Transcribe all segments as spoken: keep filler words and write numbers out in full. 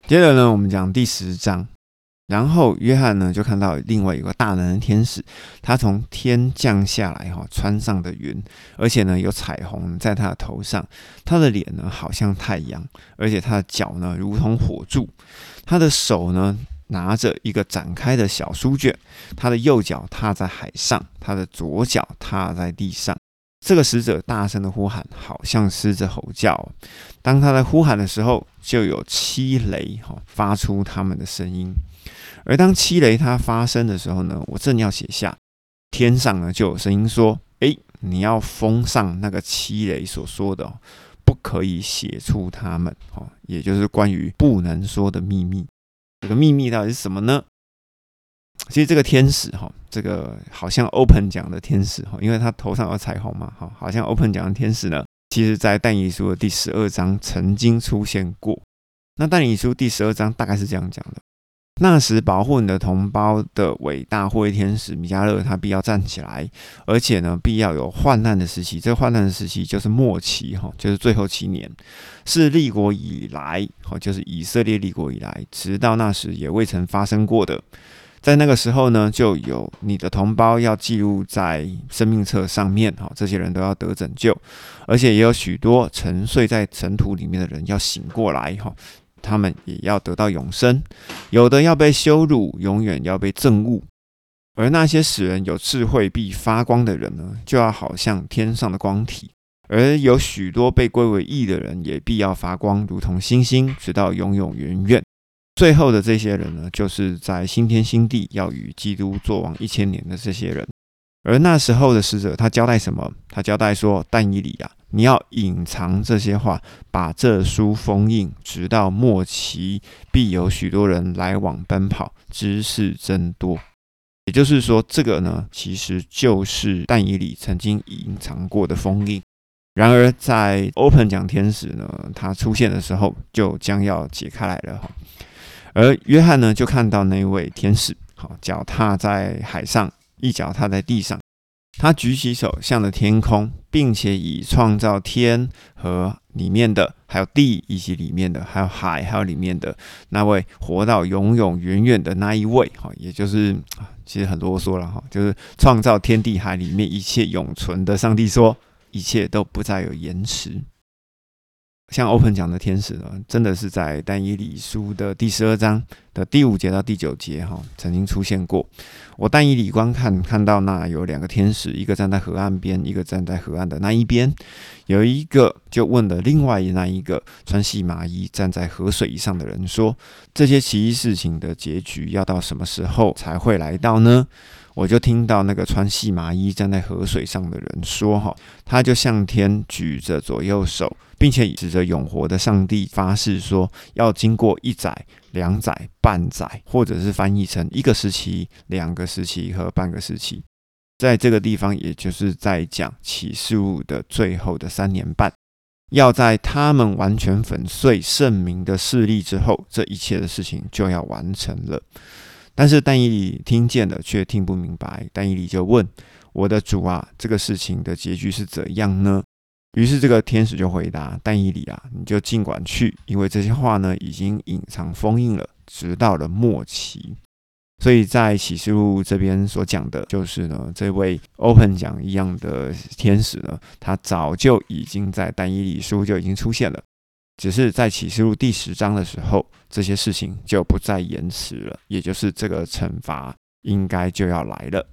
接着呢，我们讲第十章。然后约翰呢就看到另外有个大能的天使，他从天降下来，穿上的云，而且呢有彩虹在他的头上，他的脸呢好像太阳，而且他的脚呢如同火柱，他的手呢拿着一个展开的小书卷，他的右脚踏在海上，他的左脚踏在地上。这个使者大声的呼喊，好像狮子吼叫。当他在呼喊的时候，就有七雷发出他们的声音。而当七雷它发生的时候呢，我正要写下，天上呢就有声音说：诶，你要封上那个七雷所说的，不可以写出他们，也就是关于不能说的秘密。这个秘密到底是什么呢？其实这个天使，这个好像 Open 讲的天使，因为他头上有彩虹嘛，好像 Open 讲的天使呢，其实在但以理书的第十二章曾经出现过。那但以理书第十二章大概是这样讲的：那时保护你的同胞的伟大护卫天使米迦勒，他必要站起来，而且呢必要有患难的时期。这个患难的时期就是末期，就是最后七年，是立国以来，就是以色列立国以来，直到那时也未曾发生过的。在那个时候呢，就有你的同胞要记录在生命册上面，这些人都要得拯救，而且也有许多沉睡在尘土里面的人要醒过来，他们也要得到永生，有的要被羞辱，永远要被憎恶。而那些使人有智慧必发光的人呢，就要好像天上的光体，而有许多被归为义的人也必要发光，如同星星，直到永永远远。最后的这些人呢，就是在新天新地要与基督作王一千年的这些人。而那时候的使者他交代什么？他交代说：但以理啊，你要隐藏这些话，把这书封印，直到末期，必有许多人来往奔跑，知识增多。也就是说，这个呢，其实就是但以理曾经隐藏过的封印。然而在 Open 讲天使呢，他出现的时候，就将要解开来了。而约翰呢，就看到那位天使，脚踏在海上，一脚踏在地上，他举起手向着天空，并且以创造天和里面的，还有地以及里面的，还有海，还有里面的那位活到永永远远的那一位，也就是其实很啰嗦了，就是创造天地海里面一切永存的上帝说，一切都不再有延迟。像 Open 讲的天使呢，真的是在但以理书的第十二章的第五节到第九节曾经出现过。我但以理观看，看到那有两个天使，一个站在河岸边，一个站在河岸的那一边。有一个就问了另外那一个穿细麻衣站在河水以上的人说：这些奇异事情的结局要到什么时候才会来到呢？我就听到那个穿细麻衣站在河水上的人说，他就向天举着左右手，并且指着永活的上帝发誓说，要经过一载、两载、半载，或者是翻译成一个时期、两个时期和半个时期。在这个地方，也就是在讲启示录的最后的三年半，要在他们完全粉碎圣民的势力之后，这一切的事情就要完成了。但是但以理听见了，却听不明白。但以理就问：我的主啊，这个事情的结局是怎样呢？于是这个天使就回答：但以理啊，你就尽管去，因为这些话呢已经隐藏封印了，直到了末期。所以在启示录这边所讲的就是呢，这位 Open 讲一样的天使呢，他早就已经在但以理书就已经出现了，只是在启示录第十章的时候，这些事情就不再延迟了，也就是这个惩罚应该就要来了。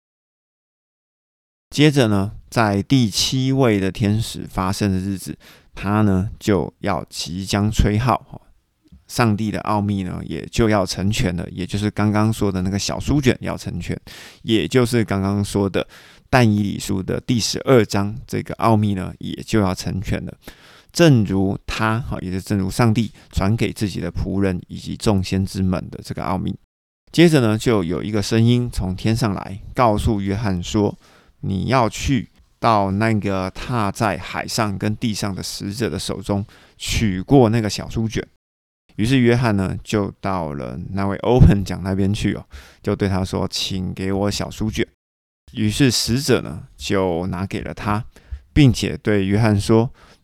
接着呢，在第七位的天使发生的日子，他呢就要即将吹号，上帝的奥秘呢也就要成全了，也就是刚刚说的那个小书卷要成全，也就是刚刚说的但以理书的第十二章，这个奥秘呢也就要成全了。正如他，也是正如上帝传给自己的仆人以及众先知们的这个奥秘。接着呢，就有一个声音从天上来，告诉约翰说：你要去到那个踏在海上跟地上的使者的手中，取过那个小书卷。于是约翰呢，就到了那位 Open 讲那边去，就对他说：请给我小书卷。于是使者呢，就拿给了他，并且对约翰说：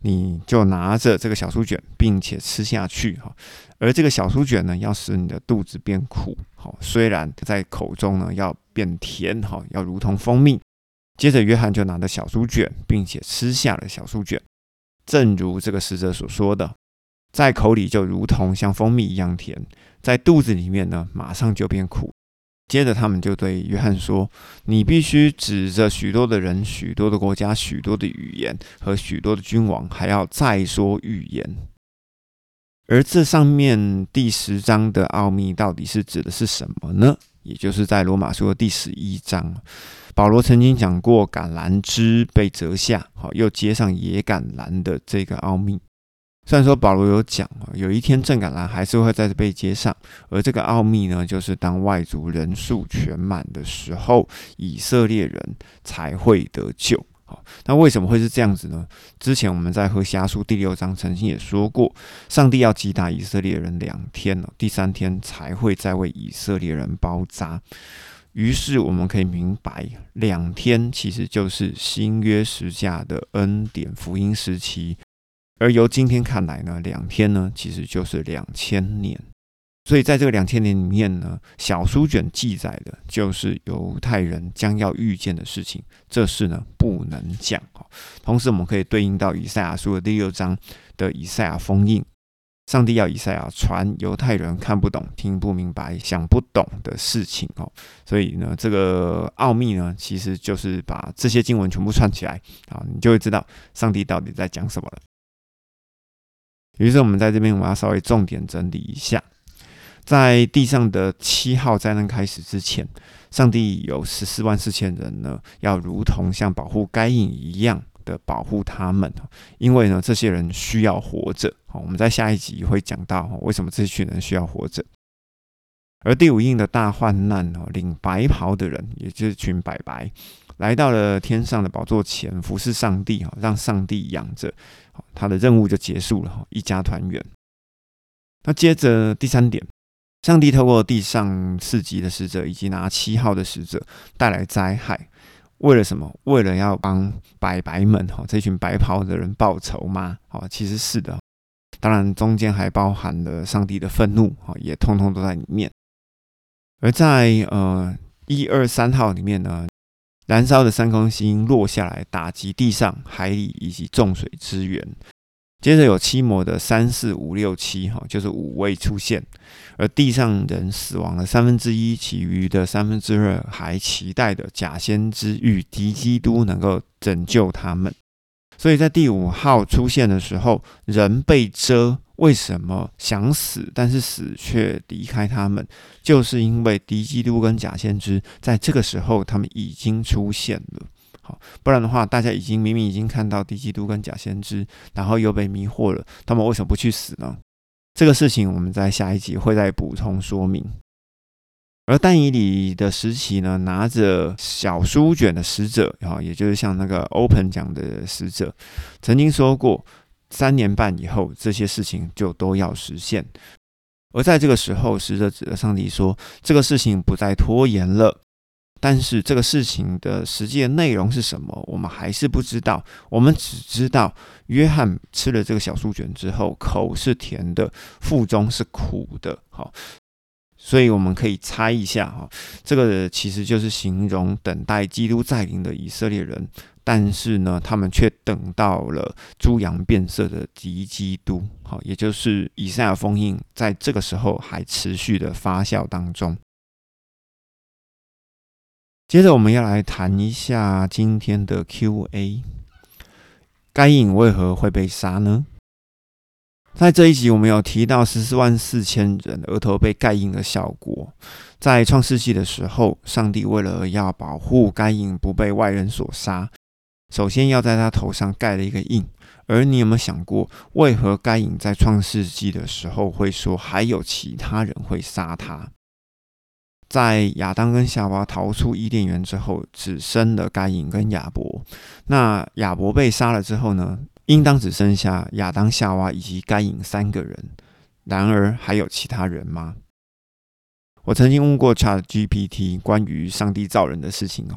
你就拿着这个小书卷，并且吃下去。而这个小书卷呢，要使你的肚子变苦，虽然在口中呢要变甜，要如同蜂蜜。接着约翰就拿着小书卷，并且吃下了小书卷，正如这个使者所说的，在口里就如同像蜂蜜一样甜，在肚子里面呢马上就变苦。接着他们就对约翰说，你必须指着许多的人、许多的国家、许多的语言和许多的君王，还要再说预言。而这上面第十章的奥秘到底是指的是什么呢？也就是在罗马书的第十一章，保罗曾经讲过橄榄枝被折下，又接上野橄榄的这个奥秘。虽然说保罗有讲，有一天正橄榄还是会再被接上，而这个奥秘呢，就是当外族人数全满的时候，以色列人才会得救。那为什么会是这样子呢？之前我们在何西阿书第六章曾经也说过，上帝要击打以色列人两天，第三天才会再为以色列人包扎。于是我们可以明白，两天其实就是新约时价的恩典福音时期，而由今天看来呢，两天呢其实就是两千年。所以在这个两千年里面呢，小书卷记载的就是犹太人将要遇见的事情，这事呢不能讲。同时我们可以对应到以赛亚书的第六章的以赛亚封印，上帝要以赛亚传犹太人看不懂、听不明白、想不懂的事情。所以呢，这个奥秘呢，其实就是把这些经文全部串起来，你就会知道上帝到底在讲什么了。于是我们在这边我要稍微重点整理一下，在地上的七号灾难开始之前，上帝有十四万四千人呢，要如同像保护该隐一样的保护他们，因为呢，这些人需要活着。我们在下一集会讲到为什么这群人需要活着。而第五印的大患难，领白袍的人，也就是群白白，来到了天上的宝座前，服侍上帝，让上帝养着，他的任务就结束了，一家团圆。那接着第三点，上帝透过地上四级的使者以及拿七号的使者带来灾害，为了什么？为了要帮白白们这群白袍的人报仇吗？其实是的，当然中间还包含了上帝的愤怒，也通通都在里面。而在呃一二三号里面呢，燃烧的三颗星落下来，打击地上、海里以及众水之源。接着有七魔的三四五六七，就是五位出现，而地上人死亡了三分之一，其余的三分之二还期待的假先知与敌基督能够拯救他们。所以在第五号出现的时候，人被遮，为什么想死，但是死却离开他们？就是因为敌基督跟假先知在这个时候他们已经出现了。好，不然的话，大家已经明明已经看到敌基督跟假先知，然后又被迷惑了，他们为什么不去死呢？这个事情我们在下一集会再补充说明。而但以理的时期呢，拿着小书卷的使者，也就是像那个 Open 讲的使者，曾经说过，三年半以后，这些事情就都要实现。而在这个时候，使者指着上帝说，这个事情不再拖延了。但是这个事情的实际的内容是什么，我们还是不知道。我们只知道约翰吃了这个小书卷之后，口是甜的，腹中是苦的。好，所以我们可以猜一下，这个其实就是形容等待基督再临的以色列人，但是呢，他们却等到了猪羊变色的敌基督，也就是以赛亚封印在这个时候还持续的发酵当中。接着我们要来谈一下今天的 Q A， 该隐为何会被杀呢？在这一集我们有提到十四万四千人额头被盖印的效果。在创世纪的时候，上帝为了要保护该隐不被外人所杀，首先要在他头上盖了一个印。而你有没有想过，为何该隐在创世纪的时候会说还有其他人会杀他？在亚当跟夏娃逃出伊甸园之后，只生了该隐跟亚伯。那亚伯被杀了之后呢，应当只剩下亚当、夏娃以及该隐三个人。然而还有其他人吗？我曾经问过 ChatGPT 关于上帝造人的事情，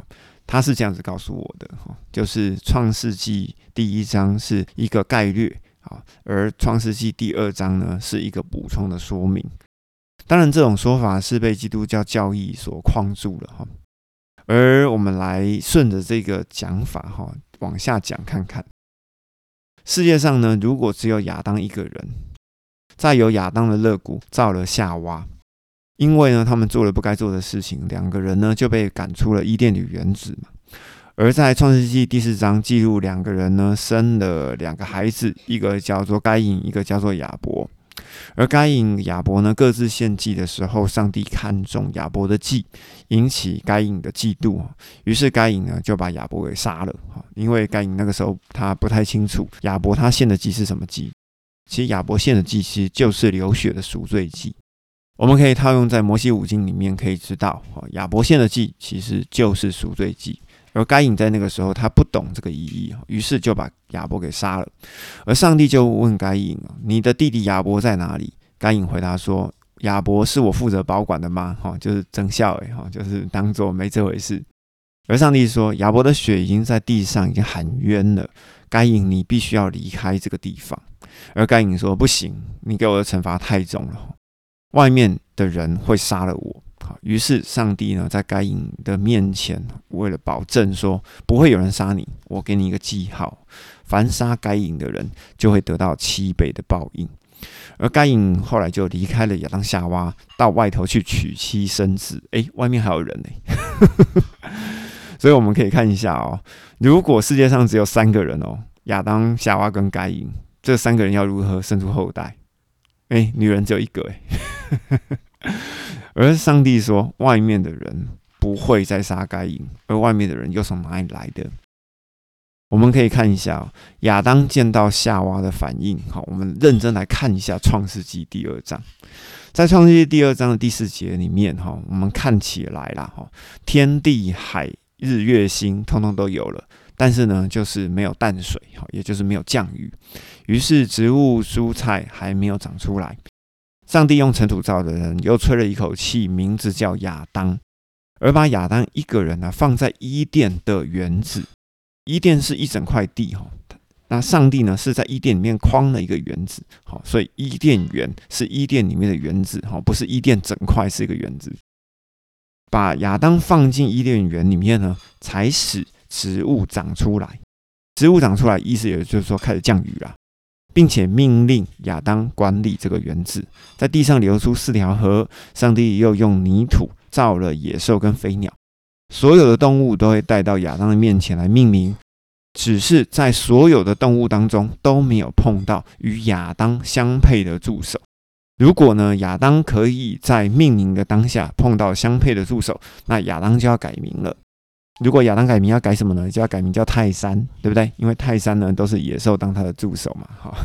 他是这样子告诉我的，就是创世纪第一章是一个概略，而创世纪第二章呢是一个补充的说明。当然这种说法是被基督教教义所框住了，而我们来顺着这个讲法往下讲看看。世界上呢，如果只有亚当一个人，再由亚当的肋骨造了夏娃，因为呢他们做了不该做的事情，两个人呢就被赶出了伊甸的园子嘛。而在创世纪第四章记录两个人呢生了两个孩子，一个叫做该隐，一个叫做亚伯。而该隐、亚伯呢各自献祭的时候，上帝看中亚伯的祭，引起该隐的嫉妒，于是该隐呢就把亚伯给杀了。因为该隐那个时候他不太清楚亚伯他献的祭是什么祭，其实亚伯献的祭其实就是流血的赎罪祭。我们可以套用在摩西五经里面，可以知道亚伯献的祭其实就是赎罪祭。而该隐在那个时候他不懂这个意义，于是就把亚伯给杀了。而上帝就问该隐，你的弟弟亚伯在哪里？该隐回答说，亚伯是我负责保管的吗？就是真笑诶，就是当作没这回事。而上帝说，亚伯的血已经在地上已经喊冤了，该隐你必须要离开这个地方。而该隐说，不行，你给我的惩罚太重了，外面的人会杀了我。于是上帝呢在该隐的面前，为了保证说不会有人杀你，我给你一个记号，凡杀该隐的人就会得到七倍的报应。而该隐后来就离开了亚当夏娃，到外头去娶妻生子。诶，外面还有人呢。所以我们可以看一下哦，如果世界上只有三个人哦，亚当、夏娃跟该隐，这三个人要如何生出后代？诶，女人只有一个诶。而上帝说，外面的人不会再杀该隐，而外面的人又从哪里来的？我们可以看一下亚当见到夏娃的反应。好，我们认真来看一下创世纪第二章。在创世纪第二章的第四节里面，我们看起来啦，天地海日月星通通都有了，但是呢就是没有淡水，也就是没有降雨，于是植物蔬菜还没有长出来。上帝用尘土造的人，又吹了一口气，名字叫亚当，而把亚当一个人呢放在伊甸的园子。伊甸是一整块地，那上帝呢是在伊甸里面框了一个园子，所以伊甸园是伊甸里面的园子，不是伊甸整块是一个园子。把亚当放进伊甸园里面呢，才使植物长出来。植物长出来，意思也就是说开始降雨啦。并且命令亚当管理这个园子，在地上流出四条河。上帝又用泥土造了野兽跟飞鸟，所有的动物都会带到亚当的面前来命名，只是在所有的动物当中都没有碰到与亚当相配的助手。如果呢亚当可以在命名的当下碰到相配的助手，那亚当就要改名了。如果亚当改名要改什么呢？就要改名叫泰山，对不对？因为泰山呢都是野兽当他的助手嘛。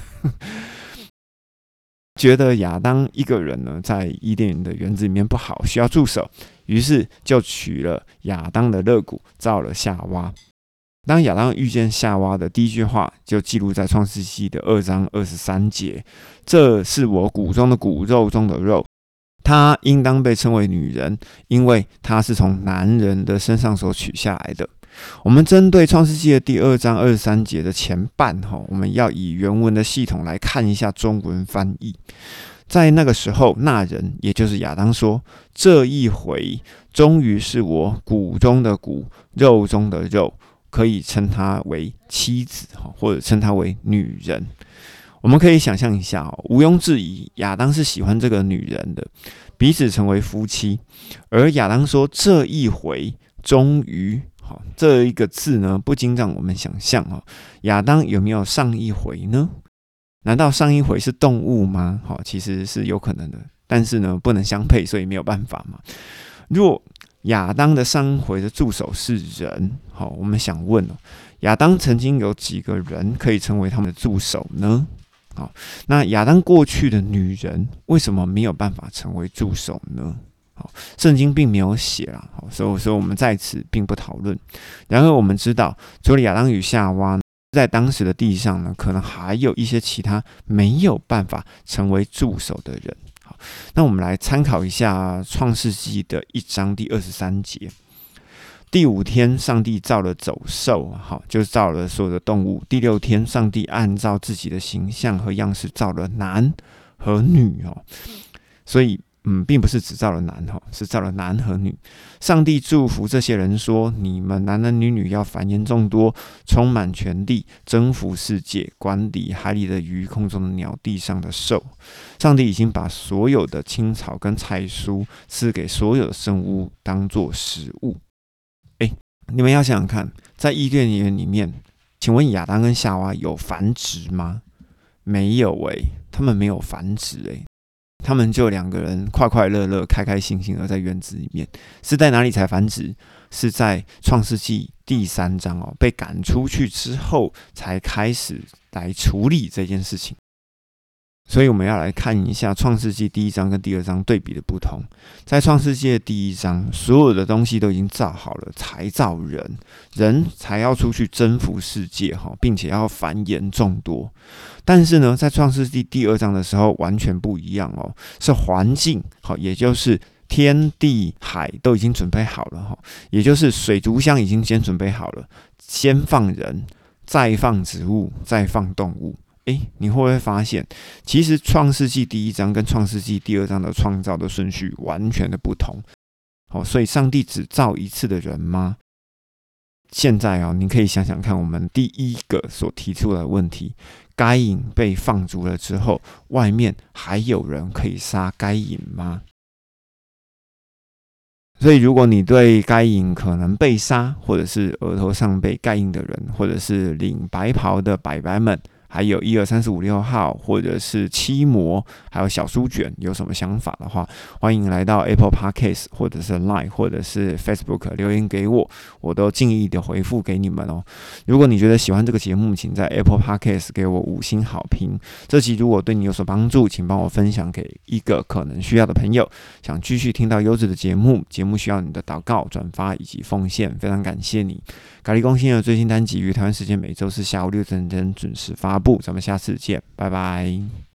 觉得亚当一个人呢在伊甸的园子里面不好，需要助手，于是就取了亚当的肋骨造了夏娃。当亚当遇见夏娃的第一句话就记录在创世纪的二章二十三节，这是我骨中的骨，肉中的肉，她应当被称为女人，因为她是从男人的身上所取下来的。我们针对创世纪的第二章二十三节的前半，我们要以原文的系统来看一下中文翻译。在那个时候，那人也就是亚当说，这一回终于是我骨中的骨，肉中的肉，可以称她为妻子，或者称她为女人。我们可以想象一下，毋庸置疑，亚当是喜欢这个女人的，彼此成为夫妻。而亚当说这一回终于，这一个字呢，不禁让我们想象亚当有没有上一回呢？难道上一回是动物吗？其实是有可能的，但是呢不能相配，所以没有办法嘛。若亚当的上一回的助手是人，我们想问，亚当曾经有几个人可以成为他们的助手呢？好，那亚当过去的女人为什么没有办法成为助手呢？好，圣经并没有写啦，所以所以我们在此并不讨论。然而我们知道，除了亚当与夏娃，在当时的地上呢，可能还有一些其他没有办法成为助手的人。好，那我们来参考一下创世纪的一章第二十三节。 第五天，上帝造了走兽，好，就是造了所有的动物。第六天，上帝按照自己的形象和样式造了男和女哦。所以，嗯，并不是只造了男哈，是造了男和女。上帝祝福这些人说：“你们男男女女要繁衍众多，充满全地，征服世界，管理海里的鱼、空中的鸟、地上的兽。”上帝已经把所有的青草跟菜蔬赐给所有的生物，当作食物。哎，你们要想想看，在伊甸园里面，请问亚当跟夏娃有繁殖吗？没有哎、欸，他们没有繁殖哎、欸，他们就两个人快快乐乐、开开心心的在园子里面。是在哪里才繁殖？是在创世纪第三章哦，被赶出去之后才开始来处理这件事情。所以我们要来看一下创世纪第一章跟第二章对比的不同。在创世纪的第一章，所有的东西都已经造好了，才造人，人才要出去征服世界，并且要繁衍众多。但是呢，在创世纪第二章的时候完全不一样哦，是环境，也就是天地海都已经准备好了，也就是水族箱已经先准备好了，先放人，再放植物，再放动物。诶，你会不会发现，其实创世纪第一章跟创世纪第二章的创造的顺序完全的不同？哦，所以上帝只造一次的人吗？现在哦，你可以想想看，我们第一个所提出的问题，该隐被放逐了之后，外面还有人可以杀该隐吗？所以，如果你对该隐可能被杀，或者是额头上被盖印的人，或者是领白袍的伯伯们，还有一二三四五六号，或者是七魔，还有小书卷，有什么想法的话，欢迎来到 Apple Podcast 或者是 Line 或者是 Facebook 留言给我，我都尽力的回复给你们哦。如果你觉得喜欢这个节目，请在 Apple Podcast 给我五星好评。这集如果对你有所帮助，请帮我分享给一个可能需要的朋友。想继续听到优质的节目，节目需要你的祷告、转发以及奉献，非常感谢你。咖喱公信的最新单集于台湾时间每周四下午六点整准时发布，咱们下次见，拜拜。